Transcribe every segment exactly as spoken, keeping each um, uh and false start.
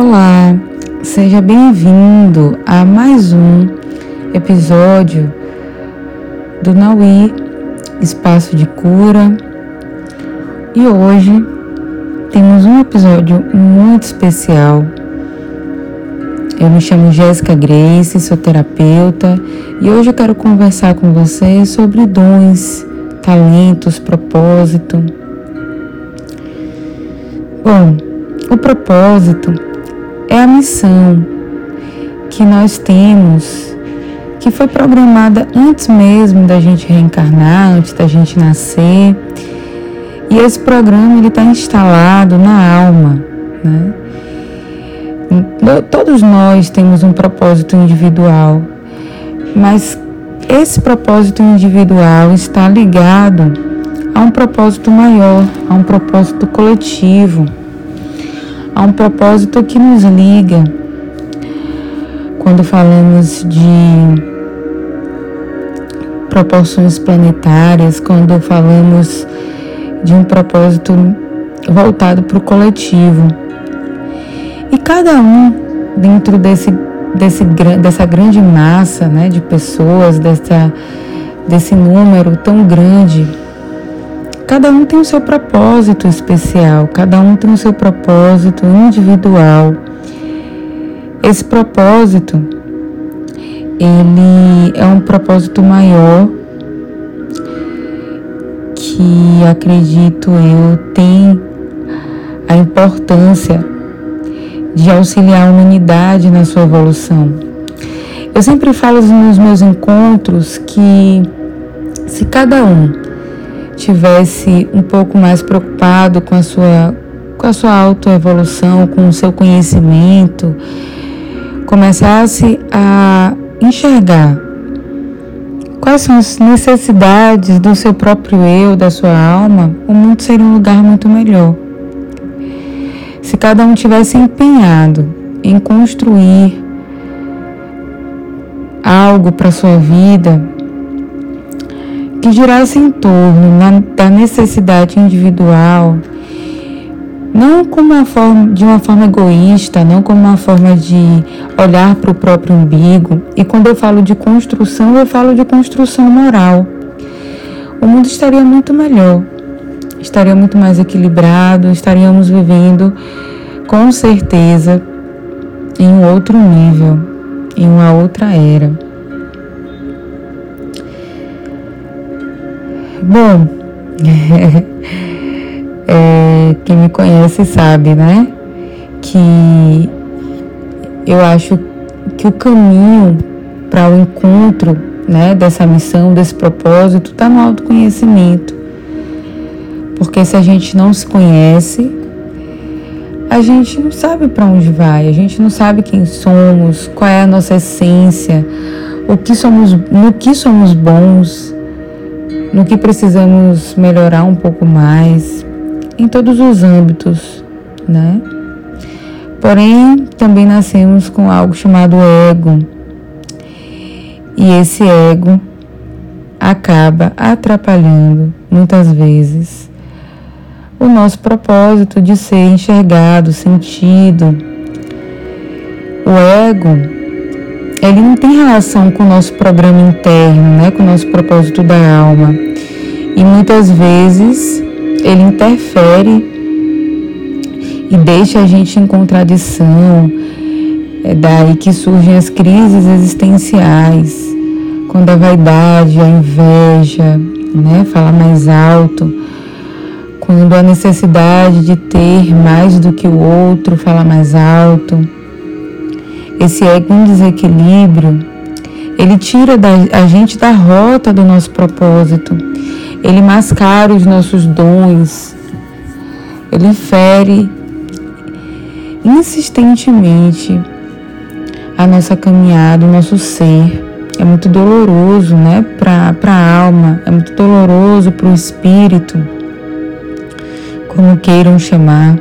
Olá, seja bem-vindo a mais um episódio do Naui, Espaço de Cura. E hoje temos um episódio muito especial. Eu me chamo Jéssica Grace, sou terapeuta, e hoje eu quero conversar com você sobre dons, talentos, propósito. Bom, o propósito é a missão que nós temos, que foi programada antes mesmo da gente reencarnar, antes da gente nascer. E esse programa ele está instalado na alma, né? Todos nós temos um propósito individual, mas esse propósito individual está ligado a um propósito maior, a um propósito coletivo, a um propósito que nos liga. Quando falamos de proporções planetárias, quando falamos de um propósito voltado para o coletivo. E cada um, dentro desse, desse, dessa grande massa, né, de pessoas, dessa, desse número tão grande, cada um tem o seu propósito especial, cada um tem o seu propósito individual. Esse propósito, ele é um propósito maior que, acredito eu, tem a importância de auxiliar a humanidade na sua evolução. Eu sempre falo nos meus encontros que se cada um tivesse um pouco mais preocupado com a sua, com a sua autoevolução, com o seu conhecimento, começasse a enxergar quais são as necessidades do seu próprio eu, da sua alma, o mundo seria um lugar muito melhor. Se cada um tivesse empenhado em construir algo para a sua vida que girasse em torno na, da necessidade individual, não como uma forma, de uma forma egoísta, não como uma forma de olhar para o próprio umbigo. E quando eu falo de construção, eu falo de construção moral. O mundo estaria muito melhor, estaria muito mais equilibrado, estaríamos vivendo com certeza em um outro nível, em uma outra era. Bom, é, quem me conhece sabe, né, que eu acho que o caminho para o encontro, né, dessa missão, desse propósito, está no autoconhecimento. Porque se a gente não se conhece, a gente não sabe para onde vai, a gente não sabe quem somos, qual é a nossa essência, o que somos, no que somos bons, no que precisamos melhorar um pouco mais, em todos os âmbitos, né? Porém, também nascemos com algo chamado ego. E esse ego acaba atrapalhando, muitas vezes, o nosso propósito de ser enxergado, sentido. O ego, ele não tem relação com o nosso programa interno, né, com o nosso propósito da alma. E muitas vezes ele interfere e deixa a gente em contradição. É daí que surgem as crises existenciais, quando a vaidade, a inveja, né, fala mais alto, quando a necessidade de ter mais do que o outro fala mais alto. Esse ego em desequilíbrio, ele tira da, a gente da rota do nosso propósito, ele mascara os nossos dons, ele fere insistentemente a nossa caminhada, o nosso ser. É muito doloroso, né, para a alma, é muito doloroso para o espírito, como queiram chamar,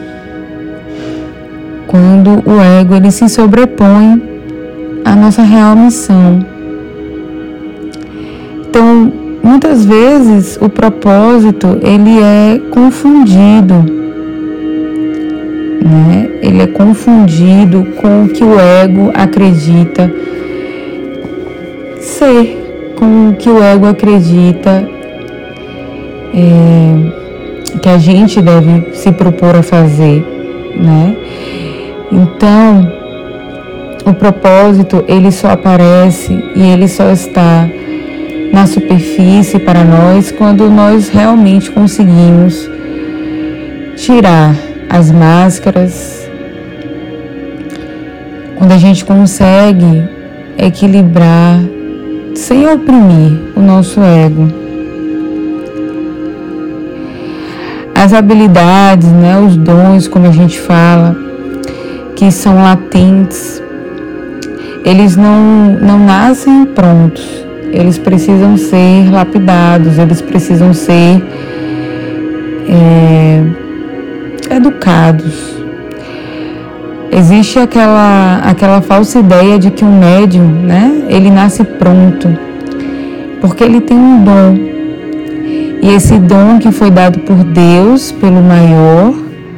quando o ego ele se sobrepõe à nossa real missão. Então, muitas vezes o propósito ele é confundido, né? Ele ele é confundido com o que o ego acredita ser, com o que o ego acredita é, que a gente deve se propor a fazer, né? Então, o propósito, ele só aparece e ele só está na superfície para nós quando nós realmente conseguimos tirar as máscaras, quando a gente consegue equilibrar sem oprimir o nosso ego. As habilidades, né, os dons, como a gente fala, que são latentes, eles não, não nascem prontos, eles precisam ser lapidados, eles precisam ser é, educados. Existe aquela, aquela falsa ideia de que um médium, né, ele nasce pronto, porque ele tem um dom. E esse dom que foi dado por Deus, pelo maior,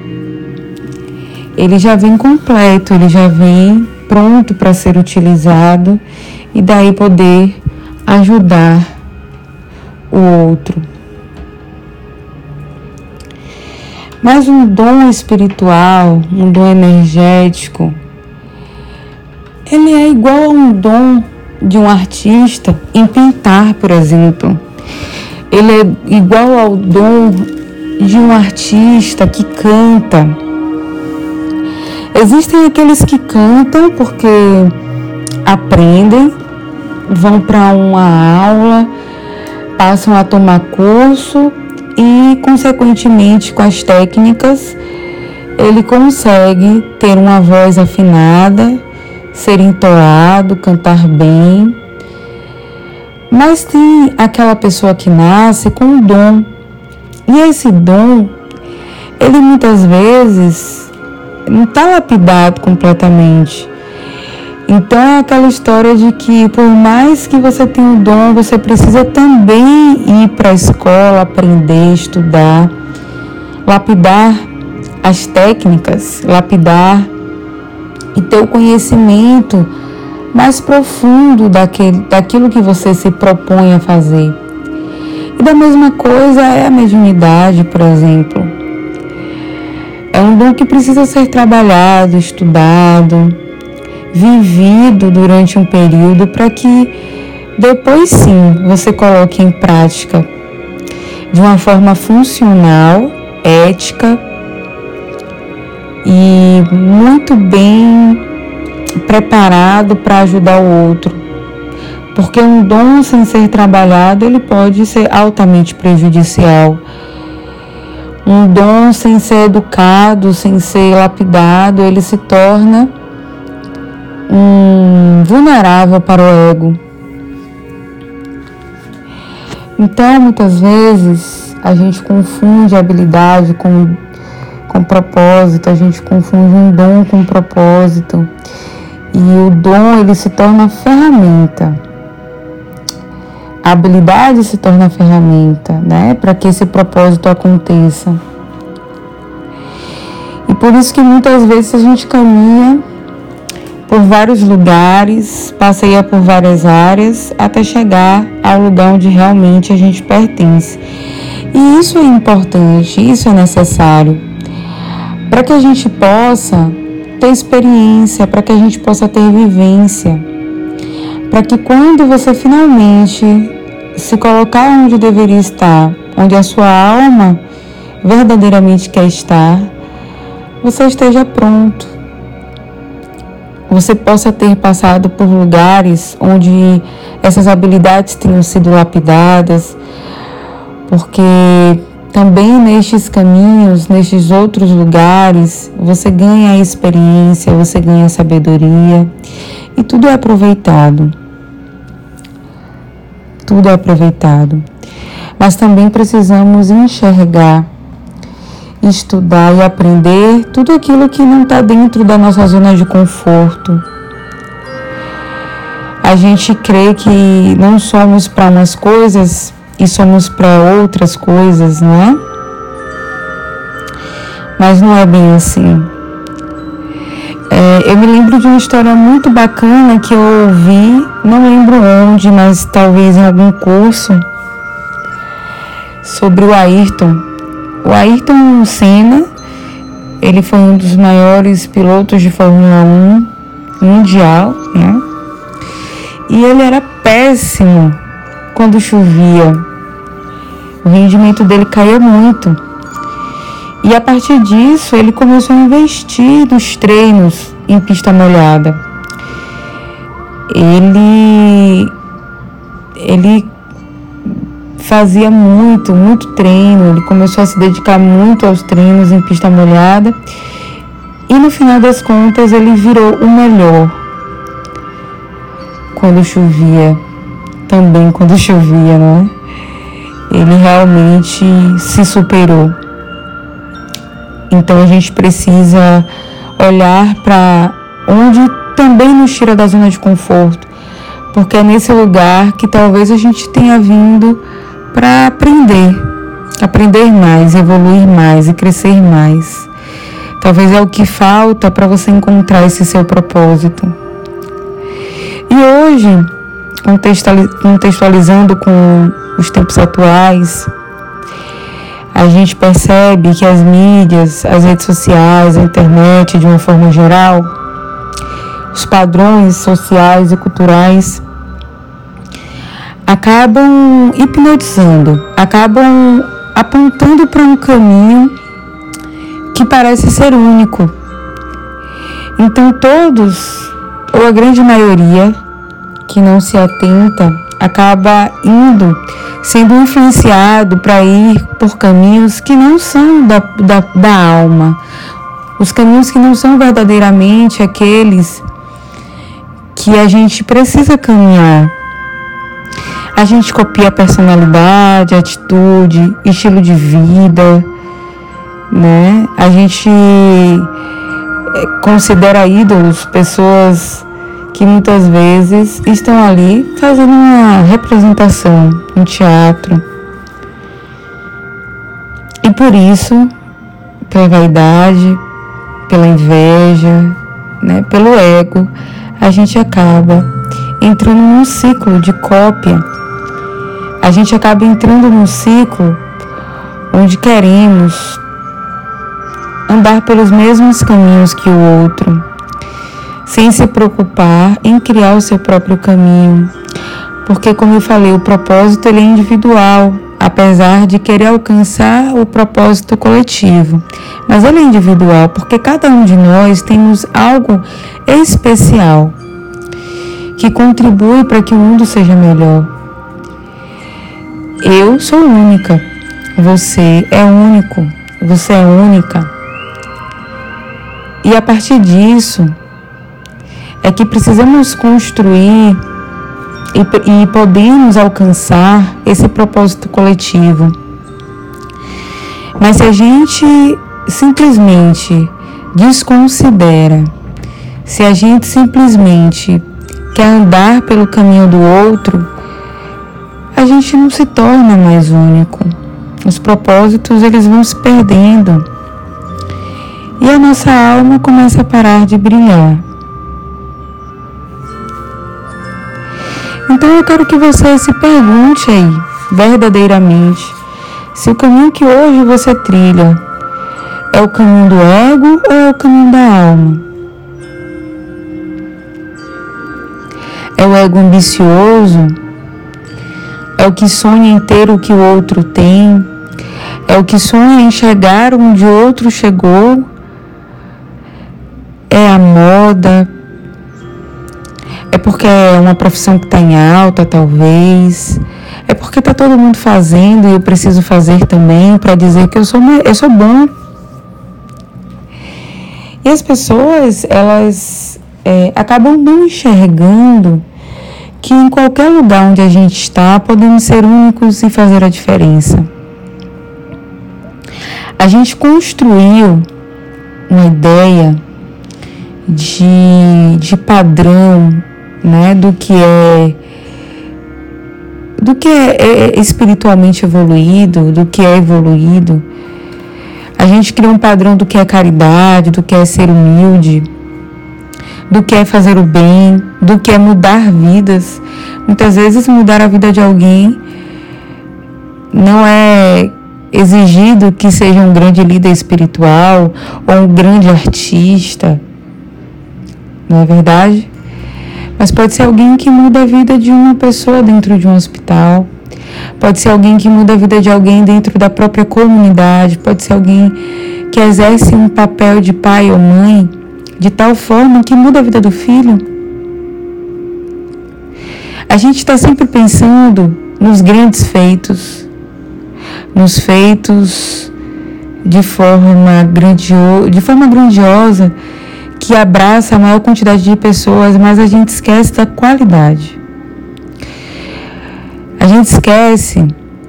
ele já vem completo, ele já vem pronto para ser utilizado e daí poder ajudar o outro. Mas um dom espiritual, um dom energético, ele é igual a um dom de um artista em pintar, por exemplo. Ele é igual ao dom de um artista que canta. Existem aqueles que cantam porque aprendem, vão para uma aula, passam a tomar curso e, consequentemente, com as técnicas, ele consegue ter uma voz afinada, ser entoado, cantar bem. Mas tem aquela pessoa que nasce com um dom. E esse dom, ele muitas vezes não está lapidado completamente. Então é aquela história de que por mais que você tenha um dom, você precisa também ir para a escola, aprender, estudar, lapidar as técnicas, lapidar e ter o conhecimento mais profundo daquele, daquilo que você se propõe a fazer. E da mesma coisa é a mediunidade, por exemplo. É um dom que precisa ser trabalhado, estudado, vivido durante um período para que depois sim você coloque em prática de uma forma funcional, ética e muito bem preparado para ajudar o outro. Porque um dom sem ser trabalhado, ele pode ser altamente prejudicial. Um dom sem ser educado, sem ser lapidado, ele se torna um vulnerável para o ego. Então, muitas vezes, a gente confunde a habilidade com, com propósito, a gente confunde um dom com propósito. E o dom, ele se torna ferramenta. A habilidade se torna ferramenta, né, para que esse propósito aconteça. E por isso que muitas vezes a gente caminha por vários lugares, passeia por várias áreas, até chegar ao lugar onde realmente a gente pertence. E isso é importante, isso é necessário, para que a gente possa ter experiência, para que a gente possa ter vivência, para que quando você finalmente se colocar onde deveria estar, onde a sua alma verdadeiramente quer estar, você esteja pronto. Você possa ter passado por lugares onde essas habilidades tenham sido lapidadas, porque também nestes caminhos, nestes outros lugares, você ganha a experiência, você ganha a sabedoria e tudo é aproveitado. Tudo é aproveitado. Mas também precisamos enxergar, estudar e aprender tudo aquilo que não está dentro da nossa zona de conforto. A gente crê que não somos para umas coisas e somos para outras coisas, não é? Mas não é bem assim. É, eu me lembro de uma história muito bacana que eu ouvi, não lembro onde, mas talvez em algum curso, sobre o Ayrton. O Ayrton Senna, ele foi um dos maiores pilotos de Fórmula um mundial, né? E ele era péssimo quando chovia. O rendimento dele caía muito. E a partir disso, ele começou a investir nos treinos em pista molhada. Ele, ele fazia muito, muito treino. Ele começou a se dedicar muito aos treinos em pista molhada. E no final das contas, ele virou o melhor quando chovia. Também quando chovia, não é? Ele realmente se superou. Então a gente precisa olhar para onde também nos tira da zona de conforto, porque é nesse lugar que talvez a gente tenha vindo para aprender, aprender mais, evoluir mais e crescer mais. Talvez é o que falta para você encontrar esse seu propósito. E hoje, contextualizando com os tempos atuais, a gente percebe que as mídias, as redes sociais, a internet, de uma forma geral, os padrões sociais e culturais acabam hipnotizando, acabam apontando para um caminho que parece ser único. Então todos, ou a grande maioria, que não se atenta, acaba indo, sendo influenciado para ir por caminhos que não são da, da, da alma, os caminhos que não são verdadeiramente aqueles que a gente precisa caminhar. A gente copia a personalidade, a atitude, estilo de vida, né? A gente considera ídolos pessoas que muitas vezes estão ali fazendo uma representação, um teatro. E por isso, pela vaidade, pela inveja, né, pelo ego, a gente acaba entrando num ciclo de cópia. A gente acaba entrando num ciclo onde queremos andar pelos mesmos caminhos que o outro, sem se preocupar em criar o seu próprio caminho. Porque, como eu falei, o propósito ele é individual, apesar de querer alcançar o propósito coletivo. Mas ele é individual, porque cada um de nós temos algo especial que contribui para que o mundo seja melhor. Eu sou única, você é único, você é única. E a partir disso, é que precisamos construir e, e podemos alcançar esse propósito coletivo. Mas se a gente simplesmente desconsidera, se a gente simplesmente quer andar pelo caminho do outro, a gente não se torna mais único. Os propósitos eles vão se perdendo e a nossa alma começa a parar de brilhar. Então eu quero que você se pergunte aí, verdadeiramente, se o caminho que hoje você trilha é o caminho do ego ou é o caminho da alma? É o ego ambicioso? É o que sonha em ter o que o outro tem? É o que sonha em chegar onde o outro chegou? É a moda? É porque é uma profissão que está em alta, talvez? É porque está todo mundo fazendo e eu preciso fazer também para dizer que eu sou, eu sou bom? E as pessoas, elas é, acabam não enxergando que em qualquer lugar onde a gente está, podemos ser únicos e fazer a diferença. A gente construiu uma ideia de, de padrão, né, do que é do que é, é espiritualmente evoluído, do que é evoluído. A gente cria um padrão do que é caridade, do que é ser humilde, do que é fazer o bem, do que é mudar vidas. Muitas vezes mudar a vida de alguém não é exigido que seja um grande líder espiritual ou um grande artista, não é verdade? Mas pode ser alguém que muda a vida de uma pessoa dentro de um hospital, pode ser alguém que muda a vida de alguém dentro da própria comunidade, pode ser alguém que exerce um papel de pai ou mãe de tal forma que muda a vida do filho. A gente está sempre pensando nos grandes feitos, nos feitos de forma, grandio, de forma grandiosa, que abraça a maior quantidade de pessoas, mas a gente esquece da qualidade. A gente esquece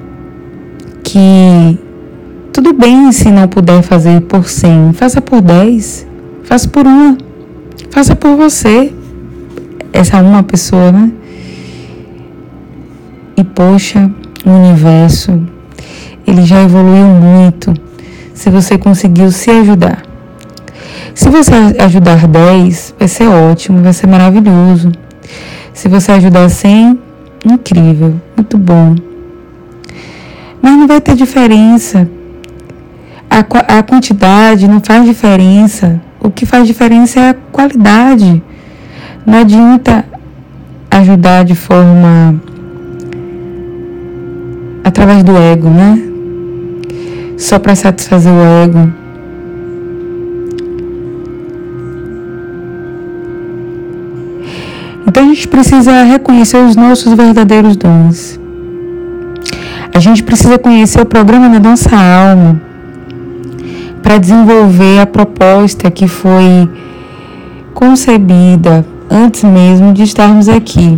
que tudo bem se não puder fazer por cem, faça por dez, faça por uma, faça por você, essa uma pessoa, né? E poxa, o universo, ele já evoluiu muito se você conseguiu se ajudar. Se você ajudar dez, vai ser ótimo, vai ser maravilhoso. Se você ajudar cem, incrível, muito bom. Mas não vai ter diferença. A, a quantidade não faz diferença. O que faz diferença é a qualidade. Não adianta ajudar de forma através do ego, né? Só para satisfazer o ego. Então a gente precisa reconhecer os nossos verdadeiros dons. A gente precisa conhecer o programa da nossa alma para desenvolver a proposta que foi concebida antes mesmo de estarmos aqui.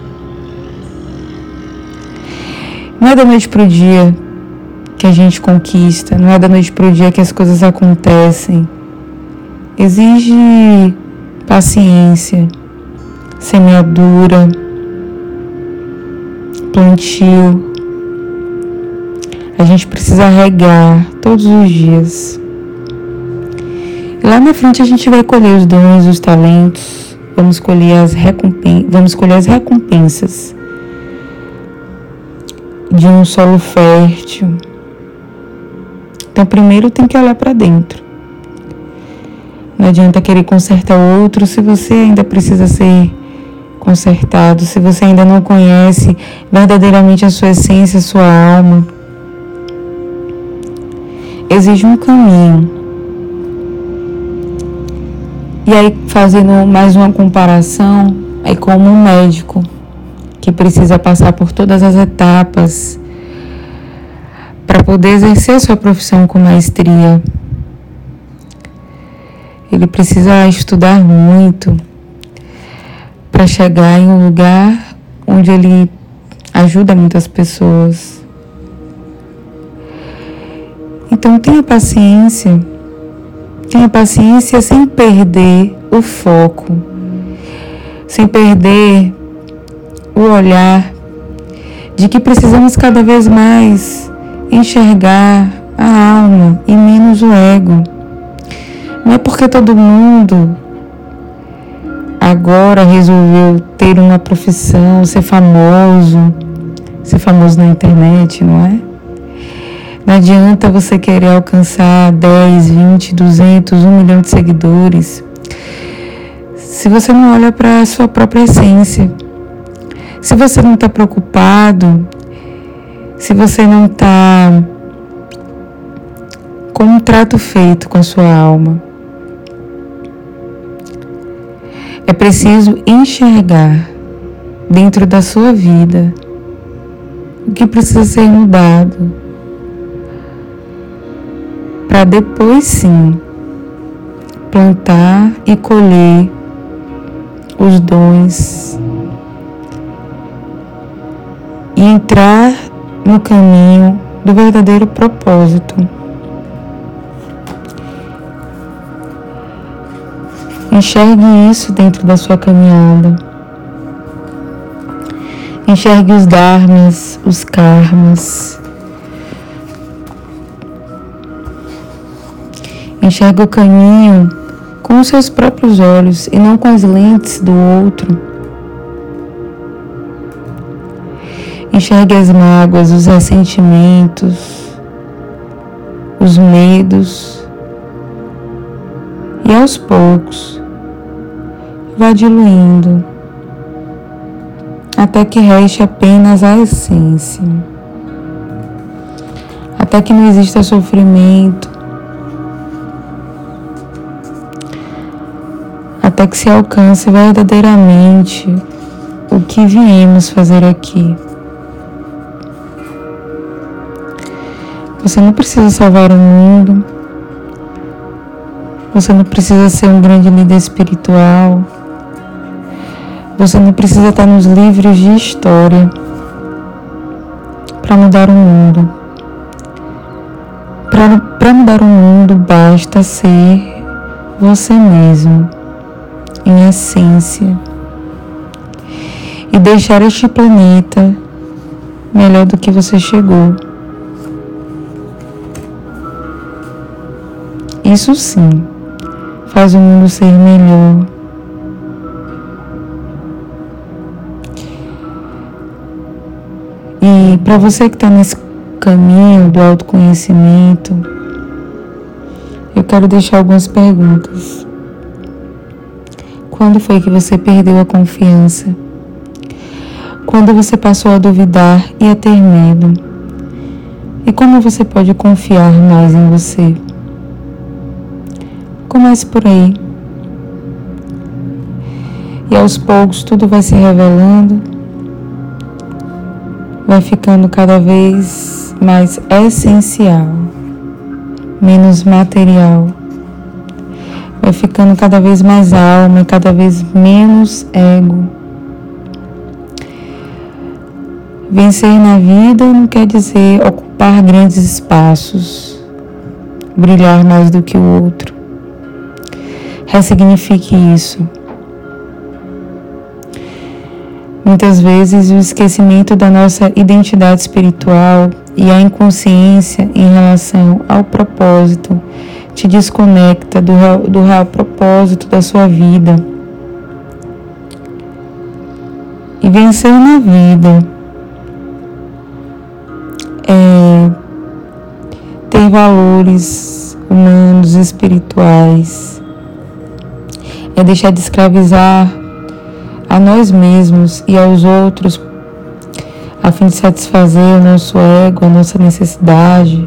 Não é da noite para o dia que a gente conquista, não é da noite para o dia que as coisas acontecem. Exige paciência, semeadura, plantio. A gente precisa regar todos os dias. E lá na frente a gente vai colher os dons, os talentos, vamos colher as recompensas, vamos colher as recompensas de um solo fértil. Então primeiro tem que olhar para dentro. Não adianta querer consertar o outro se você ainda precisa ser consertado, se você ainda não conhece verdadeiramente a sua essência, a sua alma. Exige um caminho. E aí, fazendo mais uma comparação, é como um médico que precisa passar por todas as etapas para poder exercer a sua profissão com maestria. Ele precisa estudar muito para chegar em um lugar onde ele ajuda muitas pessoas. Então tenha paciência, tenha paciência sem perder o foco, sem perder o olhar de que precisamos cada vez mais enxergar a alma e menos o ego. Não é porque todo mundo agora resolveu ter uma profissão, ser famoso, ser famoso na internet, não é? Não adianta você querer alcançar dez, vinte, duzentos, um milhão de seguidores se você não olha para a sua própria essência. Se você não está preocupado, se você não está com um trato feito com a sua alma. É preciso enxergar dentro da sua vida o que precisa ser mudado, para depois sim plantar e colher os dons e entrar no caminho do verdadeiro propósito. Enxergue isso dentro da sua caminhada. Enxergue os dharmas, os karmas. Enxergue o caminho com os seus próprios olhos e não com as lentes do outro. Enxergue as mágoas, os ressentimentos, os medos e aos poucos vá diluindo até que reste apenas a essência, até que não exista sofrimento, até que se alcance verdadeiramente o que viemos fazer aqui. Você não precisa salvar o mundo, você não precisa ser um grande líder espiritual, você não precisa estar nos livros de história para mudar o mundo. Para mudar o mundo basta ser você mesmo, em essência, e deixar este planeta melhor do que você chegou. Isso sim faz o mundo ser melhor. E para você que está nesse caminho do autoconhecimento, eu quero deixar algumas perguntas. Quando foi que você perdeu a confiança? Quando você passou a duvidar e a ter medo? E como você pode confiar mais em você? Comece por aí. E aos poucos tudo vai se revelando, vai ficando cada vez mais essencial, menos material. Vai ficando cada vez mais alma e cada vez menos ego. Vencer na vida não quer dizer ocupar grandes espaços, brilhar mais do que o outro. Ressignifique isso. Muitas vezes o esquecimento da nossa identidade espiritual e a inconsciência em relação ao propósito te desconecta do real, do real propósito da sua vida. E vencer na vida é ter valores humanos, espirituais, é deixar de escravizar a nós mesmos e aos outros a fim de satisfazer o nosso ego, a nossa necessidade,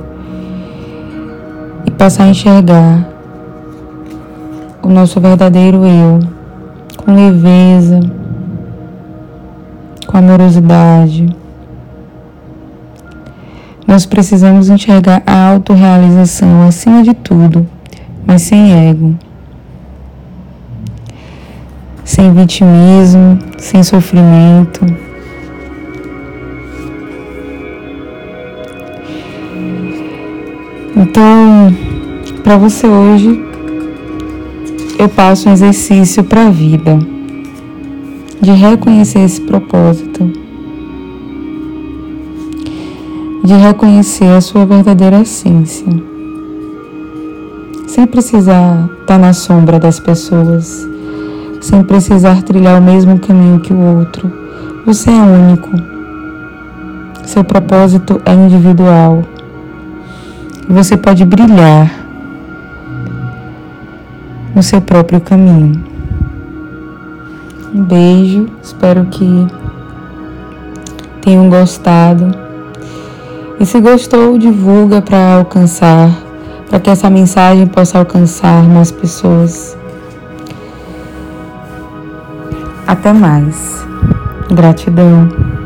e passar a enxergar o nosso verdadeiro eu com leveza, com amorosidade. Nós precisamos enxergar a autorrealização acima de tudo, mas sem ego, sem vitimismo, sem sofrimento. Então, para você hoje, eu passo um exercício para a vida, de reconhecer esse propósito, de reconhecer a sua verdadeira essência, sem precisar estar na sombra das pessoas, sem precisar trilhar o mesmo caminho que o outro. Você é único. Seu propósito é individual. E você pode brilhar no seu próprio caminho. Um beijo. Espero que tenham gostado. E se gostou, divulga para alcançar, para que essa mensagem possa alcançar mais pessoas. Até mais. Gratidão.